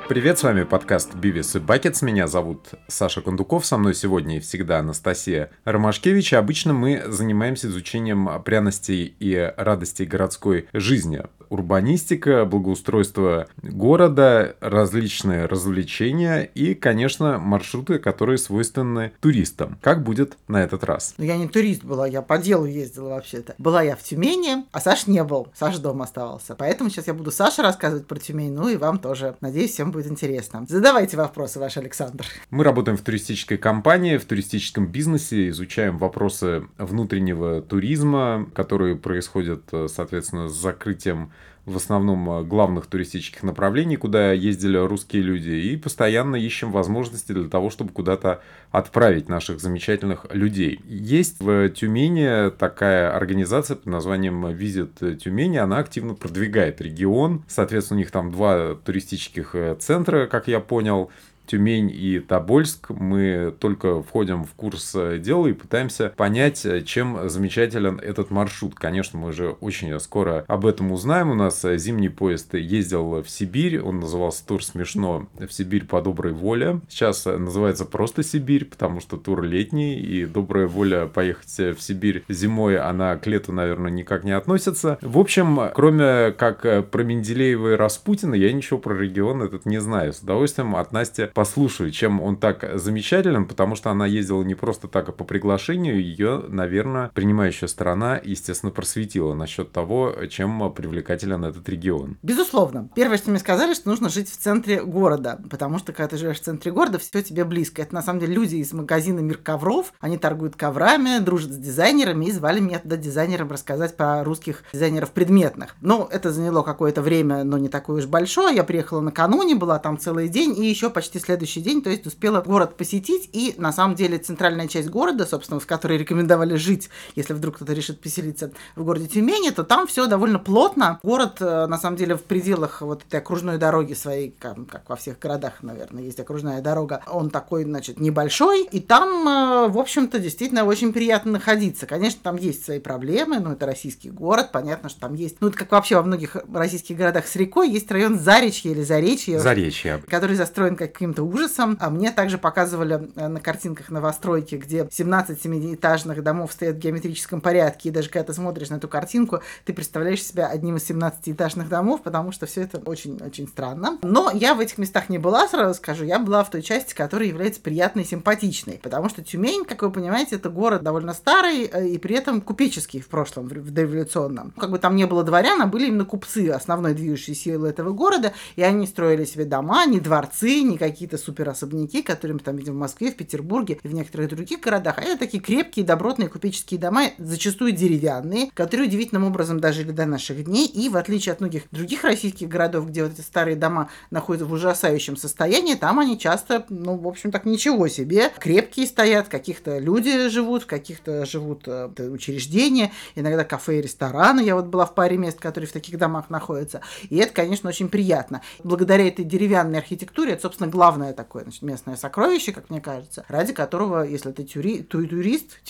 Привет, с вами подкаст Beavis и Buckets. Меня зовут Саша Кондуков, со мной сегодня и всегда Анастасия Ромашкевич. Обычно мы занимаемся изучением пряностей и радостей городской жизни. Урбанистика, благоустройство города, различные развлечения и, конечно, маршруты, которые свойственны туристам. Как будет на этот раз? Я не турист была, я по делу ездила вообще-то. Была я в Тюмени, а Саш не был. Саша дома оставался. Поэтому сейчас я буду Саше рассказывать про Тюмень, ну и вам тоже. Надеюсь, всем будет интересно. Задавайте вопросы, ваш Александр. Мы работаем в туристической компании, в туристическом бизнесе, изучаем вопросы внутреннего туризма, которые происходят, соответственно, с закрытием в основном главных туристических направлений, куда ездили русские люди, и постоянно ищем возможности для того, чтобы куда-то отправить наших замечательных людей. Есть в Тюмени такая организация под названием Visit Тюмень, она активно продвигает регион, соответственно, у них там 2 туристических центра, как я понял, Тюмень и Тобольск. Мы только входим в курс дела и пытаемся понять, чем замечателен этот маршрут. Конечно, мы же очень скоро об этом узнаем. У нас зимний поезд ездил в Сибирь. Он назывался тур смешно «В Сибирь по доброй воле». Сейчас называется просто «Сибирь», потому что тур летний. И добрая воля поехать в Сибирь зимой, она к лету, наверное, никак не относится. В общем, кроме как про Менделеева и Распутина, я ничего про регион этот не знаю. С удовольствием от Насти послушаю, чем он так замечателен, потому что она ездила не просто так, а по приглашению. Ее, наверное, принимающая сторона, естественно, просветила насчет того, чем привлекателен этот регион. Безусловно. Первое, что мне сказали, что нужно жить в центре города, потому что, когда ты живешь в центре города, все тебе близко. Это, на самом деле, люди из магазина «Мир ковров», они торгуют коврами, дружат с дизайнерами и звали меня туда дизайнером рассказать про русских дизайнеров предметных. Но это заняло какое-то время, но не такое уж большое. Я приехала накануне, была там целый день и еще почти следующий день, то есть успела город посетить, и на самом деле центральная часть города, собственно, в которой рекомендовали жить, если вдруг кто-то решит поселиться в городе Тюмени, то там все довольно плотно. Город, на самом деле, в пределах вот этой окружной дороги своей, как во всех городах, наверное, есть окружная дорога, он такой, значит, небольшой, и там, в общем-то, действительно очень приятно находиться. Конечно, там есть свои проблемы, но это российский город, понятно, что там есть, ну, это как вообще во многих российских городах с рекой, есть район Заречье или Заречье, который застроен каким-то ужасом. А мне также показывали на картинках новостройки, где 17 семиэтажных домов стоят в геометрическом порядке, и даже когда ты смотришь на эту картинку, ты представляешь себя одним из 17-этажных домов, потому что все это очень-очень странно. Но я в этих местах не была, сразу скажу, я была в той части, которая является приятной и симпатичной, потому что Тюмень, как вы понимаете, это город довольно старый и при этом купеческий в прошлом, в дореволюционном. Как бы там не было дворян, а были именно купцы, основной движущей силы этого города, и они строили себе дома, не дворцы, не какие-то суперособняки, которые мы там видим в Москве, в Петербурге и в некоторых других городах. А это такие крепкие, добротные купеческие дома, зачастую деревянные, которые удивительным образом дожили до наших дней. И в отличие от многих других российских городов, где вот эти старые дома находятся в ужасающем состоянии, там они часто, ну, в общем, так ничего себе. Крепкие стоят, каких-то люди живут, в каких-то живут учреждения, иногда кафе и рестораны. Я вот была в паре мест, которые в таких домах находятся. И это, конечно, очень приятно. Благодаря этой деревянной архитектуре, это, собственно, главное такое, значит, местное сокровище, как мне кажется, ради которого, если ты туристы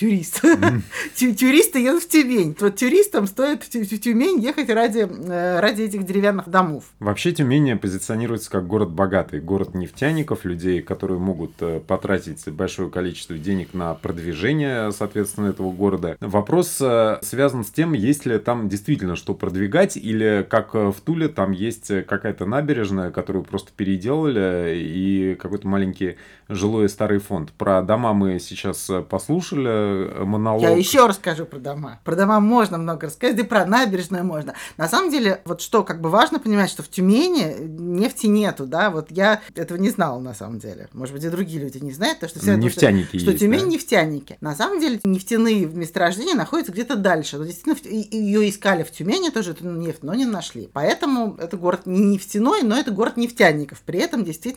едут в Тюмень. Вот туристам стоит в Тюмень ехать ради этих деревянных домов. Вообще Тюмень позиционируется как город богатый, город нефтяников, людей, которые могут потратить большое количество денег на продвижение, соответственно, этого города. Вопрос связан с тем, есть ли там действительно что продвигать, или как в Туле, там есть какая-то набережная, которую просто переделали, и какой-то маленький жилой старый фонд. Про дома мы сейчас послушали, монолог. Я еще расскажу про дома. Про дома можно много рассказать, и про набережную можно. На самом деле, вот что как бы важно понимать, что в Тюмени нефти нету, да, вот я этого не знала на самом деле. Может быть, и другие люди не знают, потому что все нефтяники что есть, Тюмень да? Нефтяники. На самом деле, нефтяные месторождения находятся где-то дальше. Но действительно, ее искали в Тюмени тоже, эту нефть, но не нашли. Поэтому это город не нефтяной, но это город нефтяников. При этом, действительно, там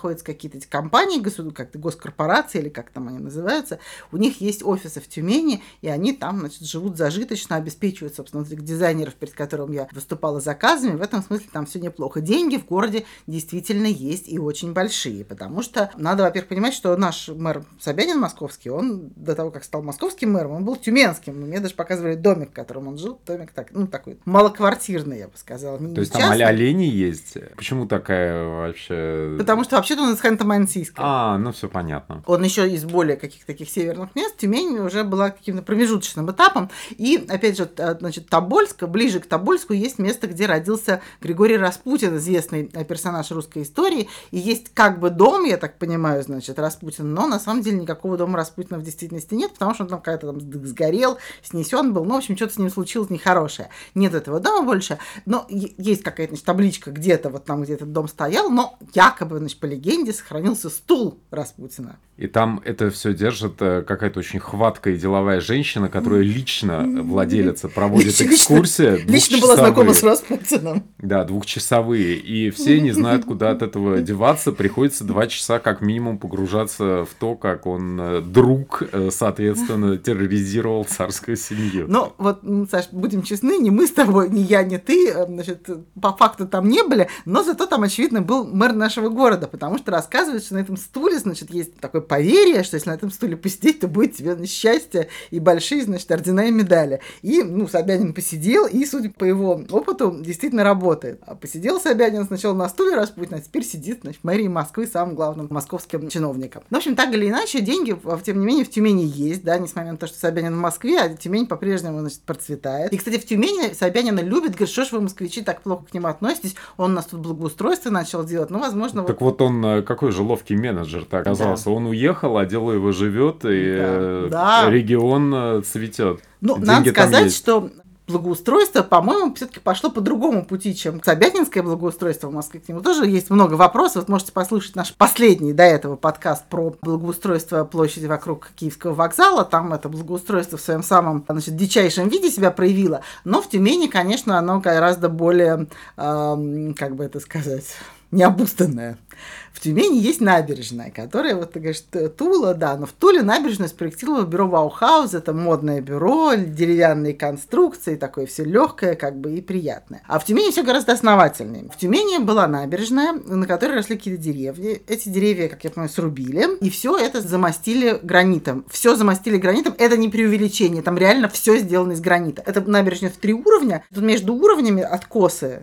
находятся какие-то эти компании, как-то госкорпорации или как там они называются, у них есть офисы в Тюмени, и они там, значит, живут зажиточно, обеспечивают, собственно, этих дизайнеров, перед которыми я выступала заказами. В этом смысле там все неплохо. Деньги в городе действительно есть и очень большие, потому что надо, во-первых, понимать, что наш мэр Собянин московский, он до того, как стал московским мэром, он был тюменским. Мне даже показывали домик, в котором он жил. Домик такой малоквартирный, я бы сказала. То есть там олени есть? Почему такая вообще... Потому что вообще-то он из Ханты-Мансийска. Ну все понятно. Он еще из более каких-то таких северных мест. Тюмень уже была каким-то промежуточным этапом. И, опять же, значит, Тобольск, ближе к Тобольску есть место, где родился Григорий Распутин, известный персонаж русской истории. И есть как бы дом, я так понимаю, значит, Распутин, но на самом деле никакого дома Распутина в действительности нет, потому что он там когда-то там сгорел, снесен был. Ну, в общем, что-то с ним случилось нехорошее. Нет этого дома больше, но есть какая-то, значит, табличка где-то, вот там, где этот дом стоял, но якобы, значит, по легенде сохранился стул Распутина. И там это все держит какая-то очень хваткая деловая женщина, которая лично, владелица, проводит экскурсии. Лично была знакома с Распутиным. Да, 2-часовые. И все не знают, куда от этого деваться. Приходится 2 часа как минимум погружаться в то, как он друг, соответственно, терроризировал царскую семью. Ну, вот, Саш, будем честны, ни мы с тобой, ни я, ни ты, значит, по факту там не были, но зато там, очевидно, был мэр нашего города, потому что рассказывает, что на этом стуле, значит, есть такой поверье, что если на этом стуле посидеть, то будет тебе счастье и большие, значит, ордена и медали. И, Собянин посидел, и, судя по его опыту, действительно работает. А посидел Собянин сначала на стуле Распутина, а теперь сидит, значит, в мэрии Москвы самым главным московским чиновником. В общем, так или иначе, деньги, тем не менее, в Тюмени есть, да, несмотря на то, что Собянин в Москве, а Тюмень по-прежнему, значит, процветает. И, кстати, в Тюмени Собянина любят, говорят, что ж вы, москвичи, так плохо к нему относитесь, он у нас тут благоустройство начал делать, возможно... Так вот он, какой же ловкий менеджер-то оказался, да. Он уехал, а дело его живет, и регион цветет. Надо сказать, что благоустройство, по-моему, все-таки пошло по другому пути, чем собянинское благоустройство в Москве. К нему тоже есть много вопросов. Вот можете послушать наш последний до этого подкаст про благоустройство площади вокруг Киевского вокзала. Там это благоустройство в своем самом, значит, дичайшем виде себя проявило. Но в Тюмени, конечно, оно гораздо более, как бы это сказать, необузданное. В Тюмени есть набережная, которая, вот ты говоришь, Тула, да, но в Туле набережную спроектировало бюро Баухаус, это модное бюро, деревянные конструкции, такое все легкое, как бы и приятное. А в Тюмени все гораздо основательнее. В Тюмени была набережная, на которой росли какие-то деревья. Эти деревья, как я понимаю, срубили, и все это замостили гранитом. Все замостили гранитом, это не преувеличение, там реально все сделано из гранита. Это набережная в 3 уровня, тут между уровнями откосы.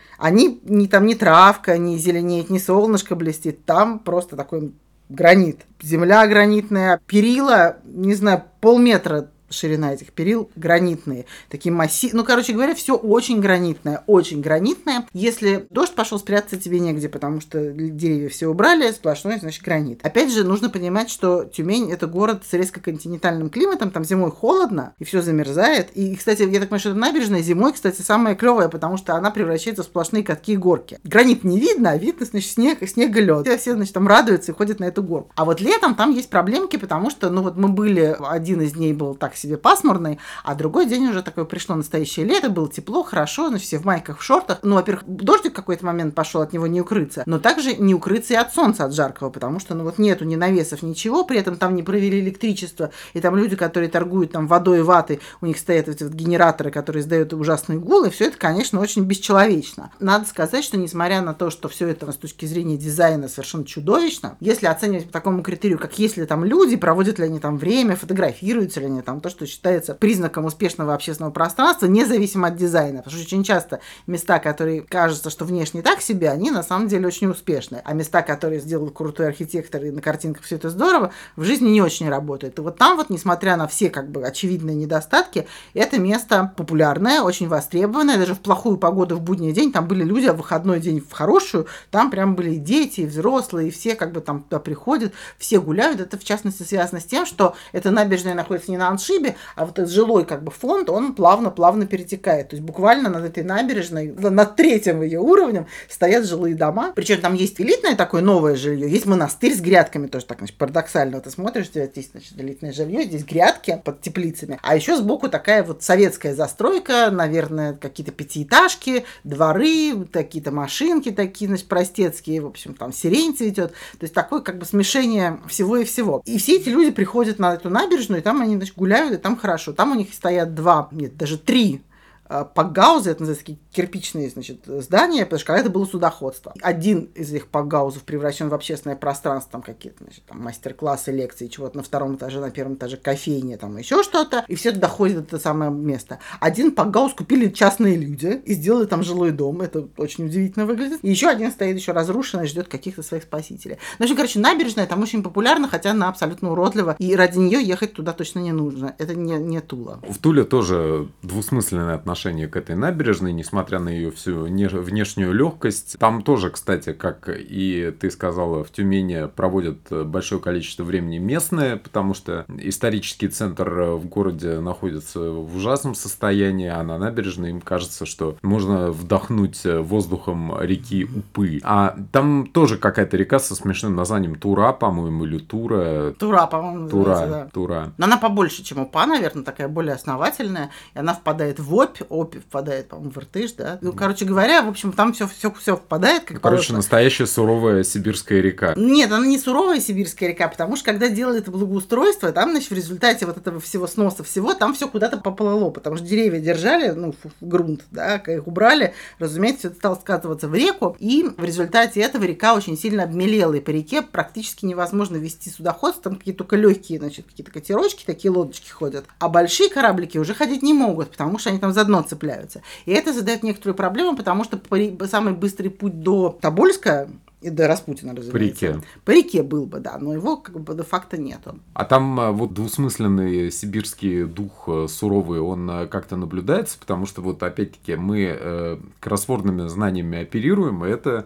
Они там ни травка, ни зеленеет, ни солнышко блестит. Там просто такой гранит. Земля гранитная, перила, не знаю, полметра ширина этих перил гранитные, такие массивные. Короче говоря, все очень гранитное, очень гранитное. Если дождь пошел, спрятаться тебе негде, потому что деревья все убрали, сплошной, значит, гранит. Опять же, нужно понимать, что Тюмень – это город с резко-континентальным климатом, там зимой холодно, и все замерзает. И, кстати, я так понимаю, что это набережная зимой, кстати, самая клевая, потому что она превращается в сплошные катки и горки. Гранит не видно, а видно, значит, снег и лед. Все, значит, там радуются и ходят на эту горку. А вот летом там есть проблемки, потому что, мы были, один из дней был так себе пасмурный, а другой день уже такое пришло настоящее лето, было тепло, хорошо, все в майках, в шортах. Во-первых, дождик в какой-то момент пошел, от него не укрыться, но также не укрыться и от солнца, от жаркого, потому что, нету ни навесов, ничего, при этом там не провели электричество, и там люди, которые торгуют там водой и ватой, у них стоят эти генераторы, которые издают ужасные гулы, все это, конечно, очень бесчеловечно. Надо сказать, что несмотря на то, что все это с точки зрения дизайна совершенно чудовищно, если оценивать по такому критерию, как есть ли там люди, проводят ли они там время, фотографируются ли они там, то, что считается признаком успешного общественного пространства, независимо от дизайна. Потому что очень часто места, которые кажется, что внешне так себе, они на самом деле очень успешные. А места, которые сделал крутой архитектор и на картинках все это здорово, в жизни не очень работают. И вот там несмотря на все очевидные недостатки, это место популярное, очень востребованное. Даже в плохую погоду в будний день там были люди, а в выходной день в хорошую, там прям были и дети, и взрослые, и все там туда приходят, все гуляют. Это в частности связано с тем, что эта набережная находится не на Анши, отшибе, а вот этот жилой как бы фонд, он плавно-плавно перетекает. То есть буквально над этой набережной, над третьим ее уровнем стоят жилые дома. Причем там есть элитное такое новое жилье, есть монастырь с грядками, тоже так, значит, парадоксально. Вот ты смотришь, здесь, значит, элитное жилье, здесь грядки под теплицами, а еще сбоку такая вот советская застройка, наверное, какие-то пятиэтажки, дворы, какие-то машинки такие, значит, простецкие, в общем, там сирень цветет. То есть такое как бы смешение всего и всего. И все эти люди приходят на эту набережную, и там они, значит, гуляют, и там хорошо. Там у них стоят даже три пакгаузы, это называется такие кирпичные, значит, здания, потому что когда-то было судоходство. Один из их пакгаузов превращен в общественное пространство, там какие-то, значит, там мастер-классы, лекции, чего-то на втором этаже, на первом этаже кофейня, там еще что-то, и все это доходит до этого самое место. Один пакгауз купили частные люди и сделали там жилой дом, это очень удивительно выглядит. И еще один стоит еще разрушенный, ждет каких-то своих спасителей. Ну, в общем, короче, набережная там очень популярна, хотя она абсолютно уродлива, и ради нее ехать туда точно не нужно. Это не Тула. В Туле тоже двусмысленное отношение к этой набережной, несмотря на ее всю внешнюю легкость. Там тоже, кстати, как и ты сказала, в Тюмени проводят большое количество времени местные, потому что исторический центр в городе находится в ужасном состоянии, а на набережной им кажется, что можно вдохнуть воздухом реки Упы. А там тоже какая-то река со смешным названием Тура, по-моему, или Тура. Тура, по-моему, называется, да. Тура. Но она побольше, чем Упа, наверное, такая более основательная, и она впадает в Обь впадает, по-моему, в Иртыш, да. Ну, короче говоря, в общем, там все впадает, как положено. Настоящая суровая сибирская река. Нет, она не суровая сибирская река, потому что когда делали это благоустройство, там, значит, в результате вот этого всего сноса всего, там все куда-то поплыло, потому что деревья держали, в грунт, да, когда их убрали, разумеется, все это стало скатываться в реку, и в результате этого река очень сильно обмелела, и по реке практически невозможно вести судоходство, там какие-то только легкие, значит, какие-то катерочки, такие лодочки ходят, а большие кораблики уже ходить не могут, потому что они там за дно цепляются. И это задает некоторую проблему, потому что самый быстрый путь до Тобольска и до Распутина, разумеется. По реке был бы, да, но его как бы де-факто нету. А там вот двусмысленный сибирский дух суровый, он как-то наблюдается, потому что вот опять-таки мы кроссвордными знаниями оперируем, и это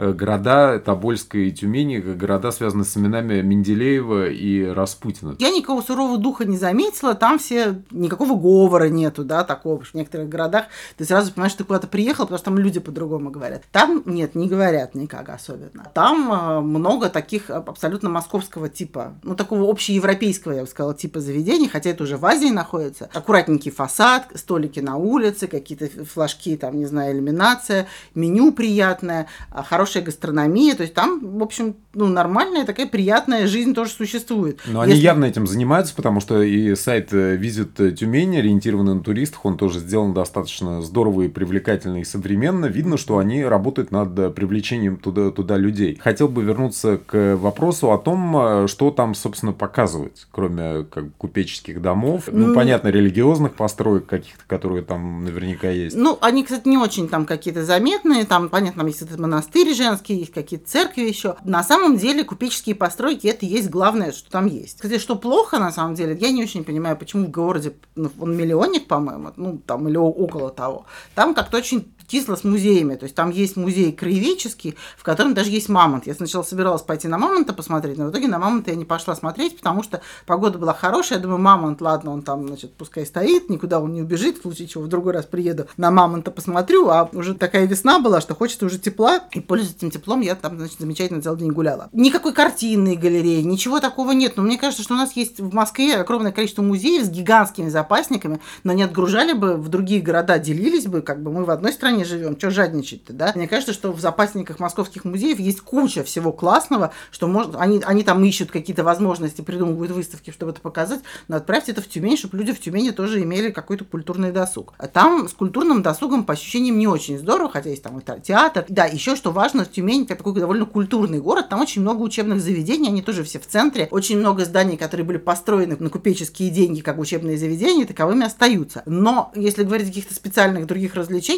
города Тобольска и Тюмени, города, связанные с именами Менделеева и Распутина. Я никакого сурового духа не заметила, там никакого говора нету, да, такого, в некоторых городах ты сразу понимаешь, что ты куда-то приехал, потому что там люди по-другому говорят. Там нет, не говорят никак особенно. Там много таких абсолютно московского типа, такого общеевропейского, я бы сказала, типа заведений, хотя это уже в Азии находится. Аккуратненький фасад, столики на улице, какие-то флажки, там, не знаю, иллюминация, меню приятное, хорошая гастрономия, то есть там, в общем, нормальная такая приятная жизнь тоже существует. Но они явно этим занимаются, потому что и сайт Visit Тюмень, ориентированный на туристов, он тоже сделан достаточно здорово и привлекательно и современно. Видно, что они работают над привлечением туда людей. Хотел бы вернуться к вопросу о том, что там, собственно, показывать, кроме купеческих домов. Понятно, религиозных построек каких-то, которые там наверняка есть. Они, кстати, не очень там какие-то заметные. Там, понятно, там есть этот монастырь женский, есть какие-то церкви еще. На самом деле, купеческие постройки – это и есть главное, что там есть. Кстати, что плохо, на самом деле, я не очень понимаю, почему в городе, он миллионник, по-моему, там или около того, там как-то очень кисло с музеями. То есть там есть музей краеведческий, в котором даже есть мамонт. Я сначала собиралась пойти на мамонта посмотреть, но в итоге на мамонта я не пошла смотреть, потому что погода была хорошая. Я думаю, мамонт, ладно, он там, значит, пускай стоит, никуда он не убежит, в случае чего в другой раз приеду на мамонта посмотрю, а уже такая весна была, что хочется уже тепла, и пользуясь этим теплом, я там, значит, замечательно целый день гуляла. Никакой картинной галереи, ничего такого нет. Но мне кажется, что у нас есть в Москве огромное количество музеев с гигантскими запасниками, но не отгружали бы в другие города, делились бы, мы в одной стране живем, что жадничать-то, да? Мне кажется, что в запасниках московских музеев есть куча всего классного, что они там ищут какие-то возможности, придумывают выставки, чтобы это показать, но отправьте это в Тюмень, чтобы люди в Тюмени тоже имели какой-то культурный досуг. А там с культурным досугом, по ощущениям, не очень здорово, хотя есть там и театр. Да, еще что важно, Тюмень такой довольно культурный город, там очень много учебных заведений, они тоже все в центре, очень много зданий, которые были построены на купеческие деньги, как учебные заведения, таковыми остаются. Но если говорить о каких-то специальных других развлечениях, то их там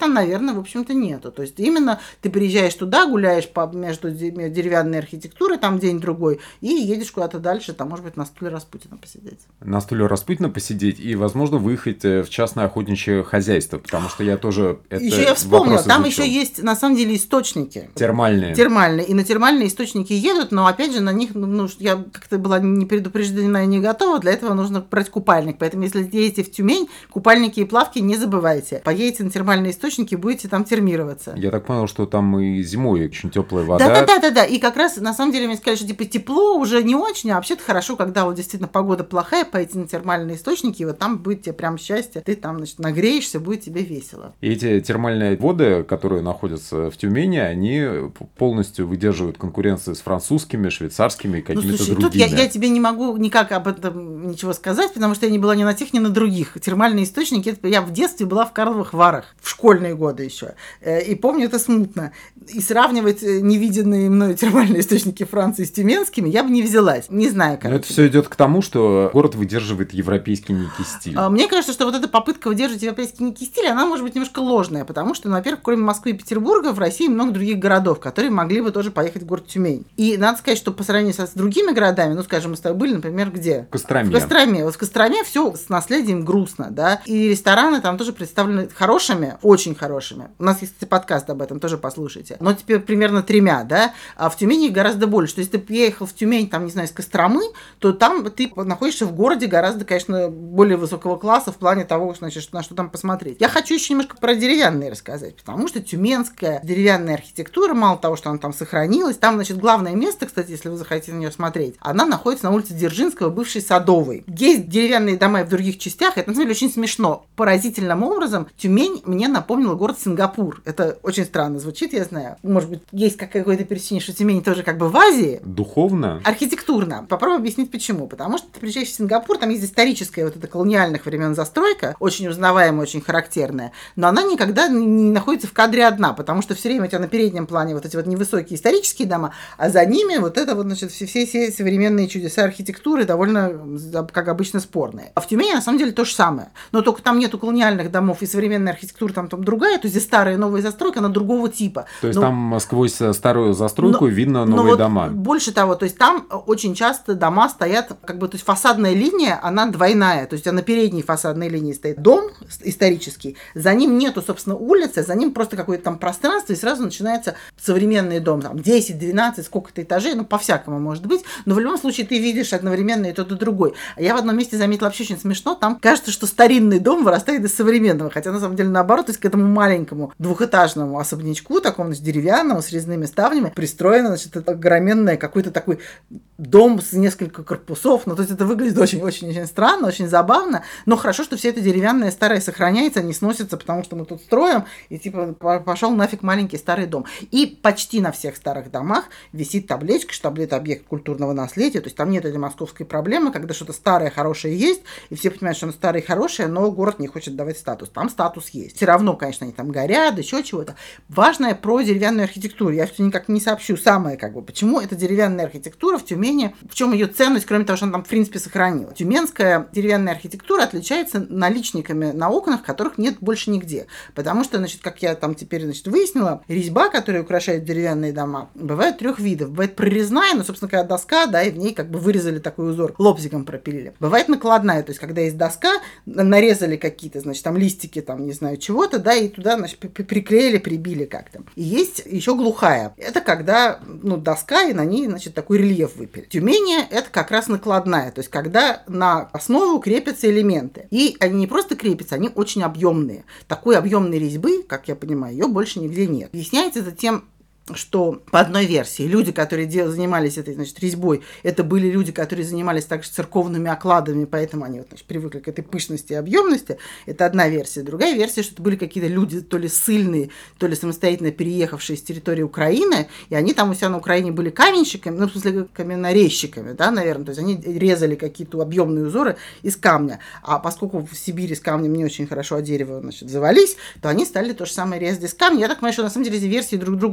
там, наверное, в общем-то, нету. То есть именно ты приезжаешь туда, гуляешь между деревянной архитектурой, там день-другой, и едешь куда-то дальше, там, может быть, на стуле Распутина посидеть. На стуле Распутина посидеть и, возможно, выехать в частное охотничье хозяйство, потому что я тоже Еще я вспомнила, там еще есть, на самом деле, источники. Термальные. И на термальные источники едут, но, опять же, на них, я как-то была не предупреждена и не готова, для этого нужно брать купальник. Поэтому, если едете в Тюмень, купальники и плавки не забывайте. Поедете на термальные источники, будете там термироваться. Я так понял, что там и зимой очень теплая вода. Да. И как раз, на самом деле, мне сказали, что типа тепло уже не очень, а вообще-то хорошо, когда вот действительно погода плохая, поедете на термальные источники, и вот там будет тебе прям счастье. Ты там, значит, нагреешься, будет тебе весело. И эти термальные воды, которые находятся в Тюмени, они полностью выдерживают конкуренцию с французскими, швейцарскими и какими-то другими. Тут я тебе не могу никак об этом ничего сказать, потому что я не была ни на тех, ни на других. Термальные источники, я в детстве была в Карловых Варах, в школьные годы еще. И помню это смутно. И сравнивать невиденные мною термальные источники Франции с тюменскими я бы не взялась. Не знаю, как. Но это все идет к тому, что город выдерживает европейский некий стиль. Мне кажется, что вот эта попытка выдерживать европейский некий стиль, она может быть немножко ложная, потому что, во-первых, кроме Москвы и Петербурга, в России много других городов, которые могли бы тоже поехать в город Тюмень. И надо сказать, что по сравнению с другими городами, скажем, мы с тобой были, например, где? В Костроме. В Костроме. Вот в Костроме все с наследием грустно, да. И рестораны там тоже представлены хорошими, очень хорошими. У нас есть, кстати, подкаст об этом, тоже послушайте. Но теперь примерно 3, да. А в Тюмени их гораздо больше. То есть, если ты приехал в Тюмень, там, не знаю, из Костромы, то там ты находишься в городе гораздо, конечно, более высокого класса в плане того, значит, на что там посмотреть. Я хочу еще немножко про деревянные рассказать, потому что тюменская деревянная архитектура, мало того, что она там сохранилась, там, значит, главное место, кстати, если вы захотите на нее смотреть, она находится на улице Дзержинского, бывшей Садовой. Есть деревянные дома и в других частях, это, на самом деле, очень смешно. Поразительным образом Тюмень мне напомнила город Сингапур. Это очень странно звучит, я знаю. Может быть, есть какое-то пересечение, что Тюмень тоже как бы в Азии. Духовно? Архитектурно. Попробую объяснить, почему. Потому что ты приезжаешь в Сингапур, там есть историческая вот эта колониальных времен застройка, очень узнаваемая, очень характерная, но она никогда не находится в кадре одна, потому что все время у тебя на переднем плане вот эти вот невысокие исторические дома, а за ними вот это вот, значит, все современные чудеса архитектуры довольно, как обычно, спорные. А в Тюмени, на самом деле, то же самое. Но только там нету колониальных домов и современная архитектура там другая, то есть здесь старая и новая застройка, она другого типа. То есть там сквозь старую застройку видно новые дома. Больше того, то есть там очень часто дома стоят, то есть фасадная линия, она двойная, то есть на передней фасадной линии стоит дом исторический, за ним нету, собственно, улицы, за ним просто какое-то там пространство, и сразу начинается современный дом, там 10, 12, сколько-то этажей, по-всякому может быть, но в любом случае ты видишь одновременно и тот, и другой. А я в одном месте заметила вообще очень смешно, там кажется, что старинный дом вырастает из современного, хотя на самом деле наоборот, то есть к этому маленькому двухэтажному особнячку, такому, значит, деревянному, с резными ставнями, пристроено, значит, это огроменное какой-то такой дом с несколько корпусов, то есть это выглядит очень-очень-очень странно, очень забавно, но хорошо, что все это деревянное старое сохраняется, не сносится, потому что мы тут строим, и типа пошел нафиг маленький старый дом. И почти на всех старых домах висит табличка, что это объект культурного наследия, то есть там нет этой московской проблемы, когда что-то старое, хорошее есть, и все понимают, что оно старое и хорошее, но город не хочет давать статус. Там статус есть. Все равно, конечно, они там горят, еще чего-то. Важное про деревянную архитектуру. Я все никак не сообщу самое, почему эта деревянная архитектура в Тюмени, в чем ее ценность, кроме того, что она там, в принципе, сохранила. Тюменская деревянная архитектура отличается наличниками на окнах, которых нет больше нигде. Потому что, значит, как я там теперь, значит, выяснила, резьба, которая украшает деревянные дома, бывает 3 видов. Бывает прорезная, собственно, когда доска, да, и в ней вырезали такой узор, лобзиком пропилили. Бывает накладная, то есть, когда есть доска, нарезали какие-то, значит, там листики, там, не знаю, чего-то, да, и туда, значит, приклеили, прибили как-то. И есть еще глухая. Это когда, доска, и на ней, значит, такой рельеф выпили. В Тюмени это как раз накладная, то есть, когда на основу крепятся элементы. И они не просто крепятся, они очень объемные. Такой объемной резьбы, как я понимаю, ее больше нигде нет. Объясняется это тем, что по одной версии люди, которые занимались этой, значит, резьбой, это были люди, которые занимались также церковными окладами, поэтому они привыкли к этой пышности и объемности. Это одна версия. Другая версия, что это были какие-то люди то ли ссыльные, то ли самостоятельно переехавшие с территории Украины, и они там у себя на Украине были каменщиками, в смысле каменнорезчиками, да, наверное, то есть они резали какие-то объемные узоры из камня. А поскольку в Сибири с камнем не очень хорошо, а дерево, значит, завались, то они стали то же самое резать из камня. Я так понимаю, что на самом деле эти версии друг другу не противоречат.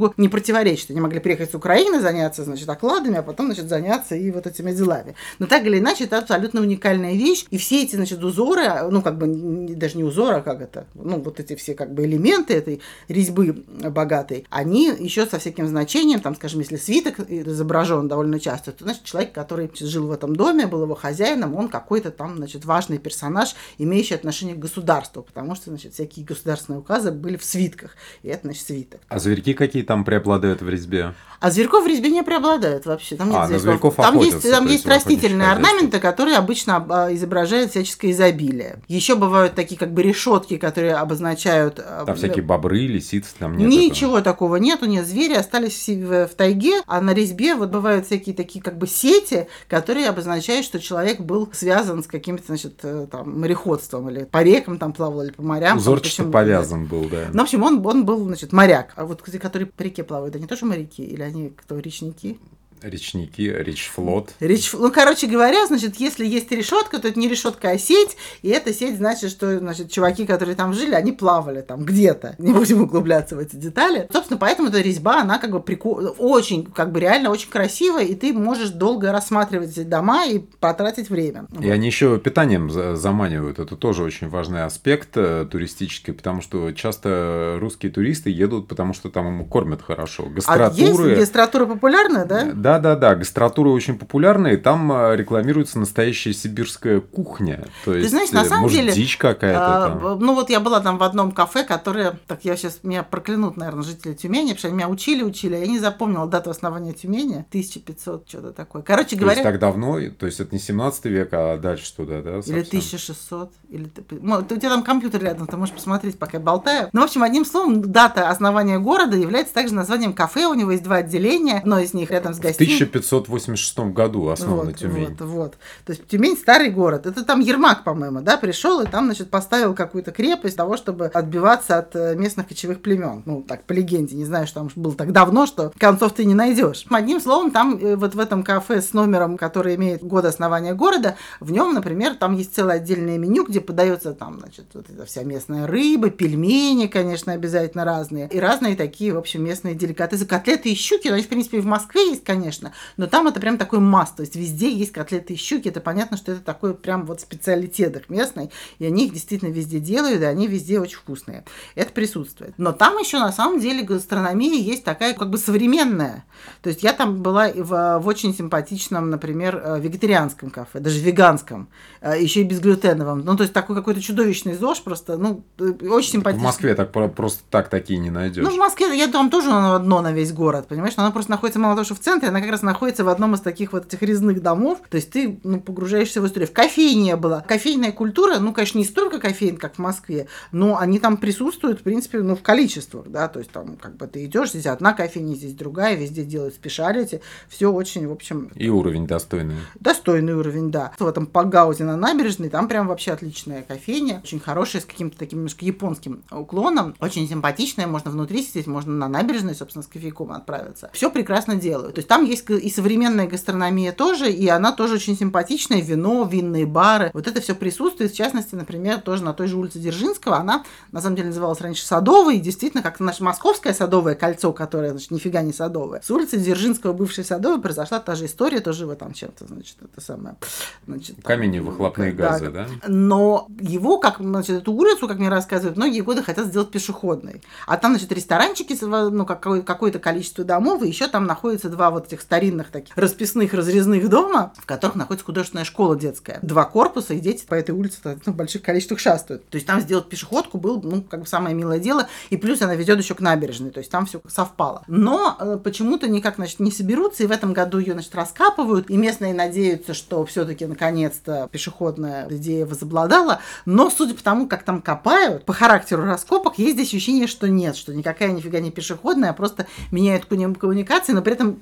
противоречат. Они могли приехать с Украины, заняться, значит, окладами, а потом, значит, заняться и вот этими делами. Но так или иначе, это абсолютно уникальная вещь. И все эти, значит, узоры, ну, как бы, даже не узоры, а как это, ну, вот эти все, как бы, элементы этой резьбы богатой, они еще со всяким значением, там, скажем, если свиток изображен довольно часто, то, значит, человек, который жил в этом доме, был его хозяином, он какой-то там, значит, важный персонаж, имеющий отношение к государству, потому что, значит, всякие государственные указы были в свитках, и это, значит, свиток. А зверьки какие там преобладают в резьбе? А зверьков в резьбе не преобладают вообще. Там нет зверьков. Там есть растительные орнаменты, которые обычно изображают всяческое изобилие. Еще бывают такие как бы решетки, которые обозначают... Там всякие бобры, лисицы, там нет ничего такого нету, нет. Звери остались в тайге, а на резьбе вот бывают всякие такие как бы сети, которые обозначают, что человек был связан с каким-то, значит, там, мореходством, или по рекам там плавал, или по морям. Узорчато повязан был, да. Ну, в общем, он был, значит, моряк. А вот которые по реке плавают, они тоже моряки? Или они кто, речники? Речники, речфлот. Ну, короче говоря, значит, если есть решетка, то это не решетка, а сеть. И эта сеть значит, что, значит, чуваки, которые там жили, они плавали там где-то. Не будем углубляться в эти детали. Собственно, поэтому эта резьба, она как бы очень, как бы реально очень красивая, и ты можешь долго рассматривать эти дома и потратить время. И они еще питанием заманивают. Это тоже очень важный аспект туристический, потому что часто русские туристы едут, потому что там ему кормят хорошо. Гастротуры. А есть гастротура популярная, да? Да, гастротуры очень популярны, и там рекламируется настоящая сибирская кухня. То есть, ты знаешь, на самом может, деле, дичь какая-то там. Ну, вот я была там в одном кафе, которое, так я сейчас, меня проклянут, наверное, жители Тюмени, потому что они меня учили, а я не запомнила дату основания Тюмени, 1500, что-то такое. Короче говоря... То есть, так давно, то есть, это не 17 век, а дальше туда, да? Или 1600, или... у тебя там компьютер рядом, ты можешь посмотреть, пока я болтаю. Ну, в общем, одним словом, дата основания города является также названием кафе, у него есть 2 отделения, одно из них рядом с гостиницей. В 1586 году основана Тюмень. Вот. То есть Тюмень старый город. Это там Ермак, по-моему, да, пришел и там, значит, поставил какую-то крепость для того, чтобы отбиваться от местных кочевых племен. Ну, так, по легенде. Не знаю, что там было так давно, что концов ты не найдешь. Одним словом, там вот в этом кафе с номером, который имеет год основания города, в нем, например, там есть целое отдельное меню, где подается там, значит, вот эта вся местная рыба, пельмени, конечно, обязательно разные. И разные такие, в общем, местные деликатесы. Котлеты и щуки, они, в принципе, и в Москве есть, конечно, но там это прям такой масс, то есть везде есть котлеты и щуки, это понятно, что это такой прям вот специалитет их местный, и они их действительно везде делают, и они везде очень вкусные. Это присутствует. Но там еще на самом деле гастрономия есть такая как бы современная. То есть я там была в очень симпатичном, например, вегетарианском кафе, даже веганском, еще и безглютеновом. Ну, то есть такой какой-то чудовищный ЗОЖ просто, ну, очень симпатичный. В Москве так просто так такие не найдешь. Ну, в Москве, я там тоже одно на весь город, понимаешь, но она просто находится мало того, что в центре, она как раз находится в одном из таких вот этих резных домов, то есть ты, ну, погружаешься в историю. В кофейне была. Кофейная культура, ну, конечно, не столько кофеин, как в Москве, но они там присутствуют, в принципе, ну, в количествах, да, то есть там как бы ты идешь, здесь одна кофейня, здесь другая, везде делают спешалити, все очень, в общем... И уровень достойный. Достойный уровень, да. В этом Пагаузе на набережной, там прям вообще отличная кофейня, очень хорошая, с каким-то таким немножко японским уклоном, очень симпатичная, можно внутри сидеть, можно на набережной, собственно, с кофейком отправиться. Все прекрасно делают. То есть там есть и современная гастрономия тоже, и она тоже очень симпатичная, вино, винные бары, вот это все присутствует, в частности, например, тоже на той же улице Дзержинского, она, на самом деле, называлась раньше Садовой, и действительно, как наше московское Садовое кольцо, которое, значит, нифига не Садовое, с улицы Дзержинского, бывшей Садовой, произошла та же история, тоже вы там чем-то, значит, это самое... Значит, камень и выхлопные газы, да? Но его, как, значит, эту улицу, как мне рассказывают, многие годы хотят сделать пешеходной. А там, значит, ресторанчики, ну, какое-то количество домов, и еще там находятся 2 вот этих старинных таких расписных, разрезных дома, в которых находится художественная школа детская. 2 корпуса, и дети по этой улице в больших количествах шастают. То есть там сделать пешеходку было, ну, как бы самое милое дело, и плюс она ведет еще к набережной, то есть там все совпало. Но почему-то никак, значит, не соберутся, и в этом году ее, значит, раскапывают, и местные надеются, что все-таки наконец-то пешеходная идея возобладала, но судя по тому, как там копают, по характеру раскопок, есть здесь ощущение, что нет, что никакая нифига не пешеходная, а просто меняют коммуникации, но при этом расфигачивают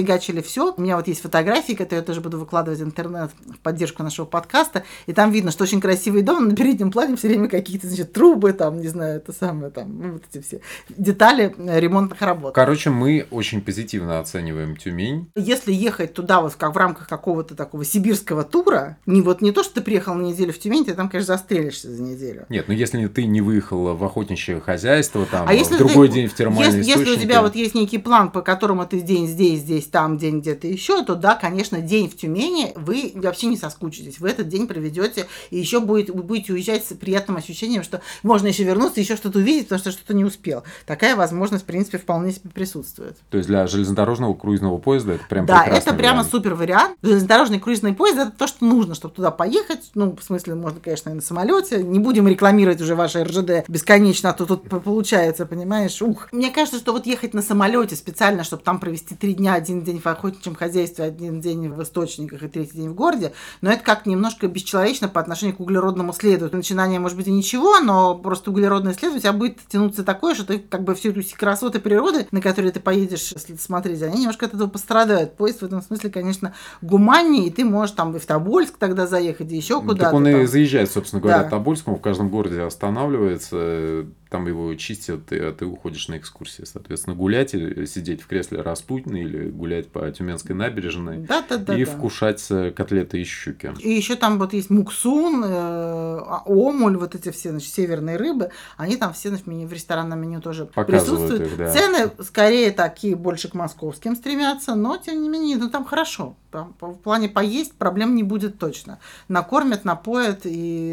зафигачили все. У меня вот есть фотографии, которые я тоже буду выкладывать в интернет в поддержку нашего подкаста, и там видно, что очень красивый дом, на переднем плане все время какие-то, значит, трубы, там, не знаю, это самое, там, ну, вот эти все детали ремонтных работ. Короче, мы очень позитивно оцениваем Тюмень. Если ехать туда вот как в рамках какого-то такого сибирского тура, не то, что ты приехал на неделю в Тюмень, ты там, конечно, застрелишься за неделю. Нет, ну если ты не выехал в охотничье хозяйство, там, если в другой день в термальные источники. Если у тебя вот есть некий план, по которому ты день здесь, там, день где-то еще, то да, конечно, день в Тюмени вы вообще не соскучитесь. Вы этот день проведете, и еще вы будете уезжать с приятным ощущением, что можно еще вернуться, еще что-то увидеть, потому что что-то не успел. Такая возможность, в принципе, вполне себе присутствует. То есть для железнодорожного круизного поезда это прям да, прекрасный это прямо вариант. Супер вариант. Железнодорожный круизный поезд – это то, что нужно, чтобы туда поехать. Ну, в смысле, можно, конечно, и на самолете. Не будем рекламировать уже ваше РЖД бесконечно, а то тут получается, понимаешь, Мне кажется, что вот ехать на самолете специально, чтобы там провести 3 дня, 1 день в охотничьем хозяйстве, 1 день в источниках и 3-й день в городе, но это как-то немножко бесчеловечно по отношению к углеродному следу. Начинание, может быть, и ничего, но просто углеродный след у тебя будет тянуться такое, что ты как бы всю эту красоты природы, на которые ты поедешь, если смотреть, они немножко от этого пострадают. Поезд в этом смысле, конечно, гуманнее, и ты можешь там и в Тобольск тогда заехать, и еще куда-то. Так он там. И заезжает, собственно говоря, да. в Тобольском, в каждом городе останавливается, там его чистят, а ты уходишь на экскурсии. Соответственно, гулять, сидеть в кресле Распутина или гулять по Тюменской набережной и вкушать котлеты из щуки. И еще там вот есть муксун, омуль, вот эти все, значит, северные рыбы, они там все в ресторанном меню тоже присутствуют. Их, да. Цены скорее такие больше к московским стремятся, но тем не менее, там хорошо. Там, в плане поесть проблем не будет точно. Накормят, напоят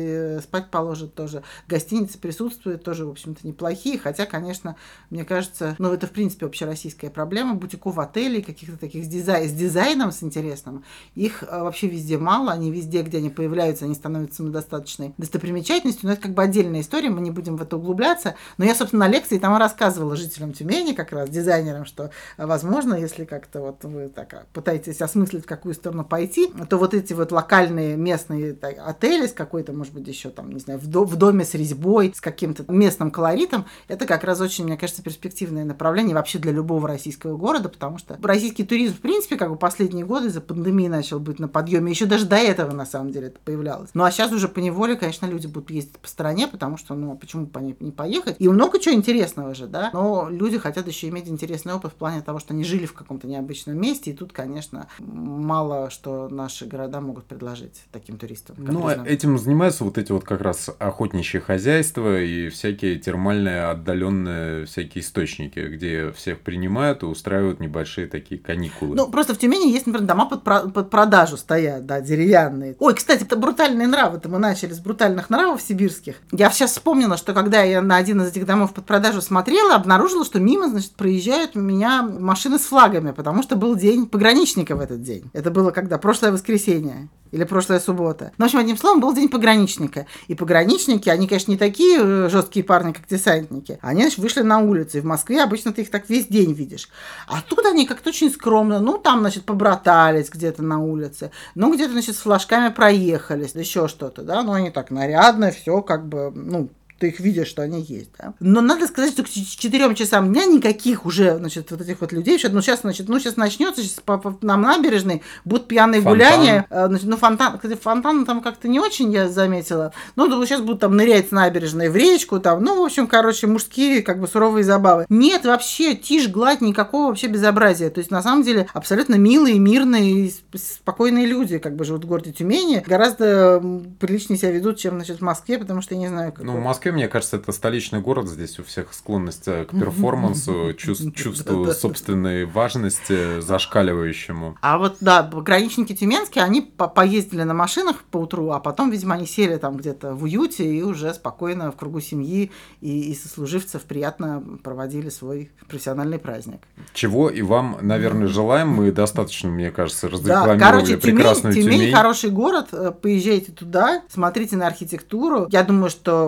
и спать положат тоже. Гостиницы присутствуют тоже, в общем-то, неплохие. Хотя, конечно, мне кажется, это в принципе общероссийская проблема. Бутиков отелей, каких-то таких с дизайном, с интересным. Их вообще везде мало. Они везде, где они появляются, они становятся достаточной достопримечательностью. Но это как бы отдельная история, мы не будем в это углубляться. Но я, собственно, на лекции там и рассказывала жителям Тюмени, как раз дизайнерам, что, возможно, если как-то вот вы так пытаетесь осмыслить, в какую сторону пойти, то вот эти вот локальные местные отели с какой-то, может быть, еще там, не знаю, в доме с резьбой, с каким-то местным колоритом, это как раз очень, мне кажется, перспективное направление вообще для любого российского города, потому что российский туризм, в принципе, как бы последние годы из-за пандемии начал быть на подъеме, еще даже до этого, на самом деле, это появлялось. Ну, а сейчас уже поневоле, конечно, люди будут ездить по стране, потому что, почему по ней не поехать? И много чего интересного же, да, но люди хотят еще иметь интересный опыт в плане того, что они жили в каком-то необычном месте, и тут, конечно, мало что наши города могут предложить таким туристам. Этим занимаются вот эти вот как раз охотничьи хозяйства и всякие термальные отдаленные всякие источники, где всех принимают и устраивают небольшие такие каникулы. Просто в Тюмени есть, например, дома под продажу стоят, да, деревянные. Ой, кстати, это брутальные нравы. Мы начали с брутальных нравов сибирских. Я сейчас вспомнила, что когда я на один из этих домов под продажу смотрела, обнаружила, что мимо, значит, проезжают у меня машины с флагами, потому что был день пограничника в этот день. Это было когда? Прошлое воскресенье или прошлая суббота. В общем, одним словом, был день пограничника. И пограничники, они, конечно, не такие жесткие парни, как десантники. Они, значит, вышли на улицу. И в Москве обычно ты их так весь день видишь. А тут они как-то очень скромно, там, значит, побратались где-то на улице. Где-то, значит, с флажками проехались. Еще что-то, да. Они так нарядно, все как бы, ты их видишь, что они есть, да. Но надо сказать, что к 4 часам дня никаких уже, значит, вот этих вот людей, сейчас начнется, сейчас на набережной будут пьяные гуляния, фонтан, кстати, фонтан там как-то не очень, я заметила, сейчас будут там нырять с набережной в речку, там, в общем, мужские, как бы, суровые забавы. Нет, вообще, тишь, гладь, никакого вообще безобразия, то есть, на самом деле, абсолютно милые, мирные, спокойные люди, как бы, живут в городе Тюмени, гораздо приличнее себя ведут, чем, значит, в Москве, потому что я не знаю, как... В Москве, мне кажется, это столичный город, здесь у всех склонность к перформансу, чувству собственной важности зашкаливающему. А вот, да, пограничники тюменские, они поездили на машинах поутру, а потом, видимо, они сели там где-то в уюте и уже спокойно в кругу семьи и сослуживцев приятно проводили свой профессиональный праздник. Чего и вам, наверное, желаем. Мы достаточно, мне кажется, разрекламировали прекрасную Тюмень. Тюмень хороший город, поезжайте туда, смотрите на архитектуру. Я думаю, что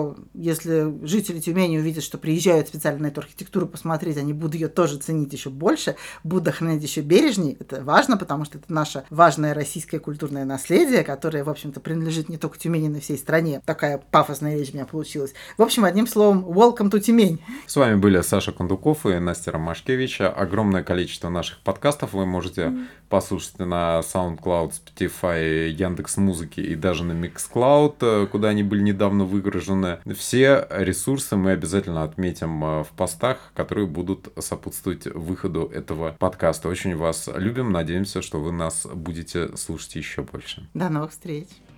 если жители Тюмени увидят, что приезжают специально на эту архитектуру посмотреть, они будут ее тоже ценить еще больше, будут охранять еще бережней. Это важно, потому что это наше важное российское культурное наследие, которое, в общем-то, принадлежит не только Тюмени, но и всей стране. Такая пафосная речь у меня получилась. В общем, одним словом, welcome to Тюмень. С вами были Саша Кондуков и Настя Ромашкевич. Огромное количество наших подкастов вы можете послушать на SoundCloud, Spotify, Яндекс.Музыке и даже на Mixcloud, куда они были недавно выгружены. Все ресурсы мы обязательно отметим в постах, которые будут сопутствовать выходу этого подкаста. Очень вас любим, надеемся, что вы нас будете слушать еще больше. До новых встреч!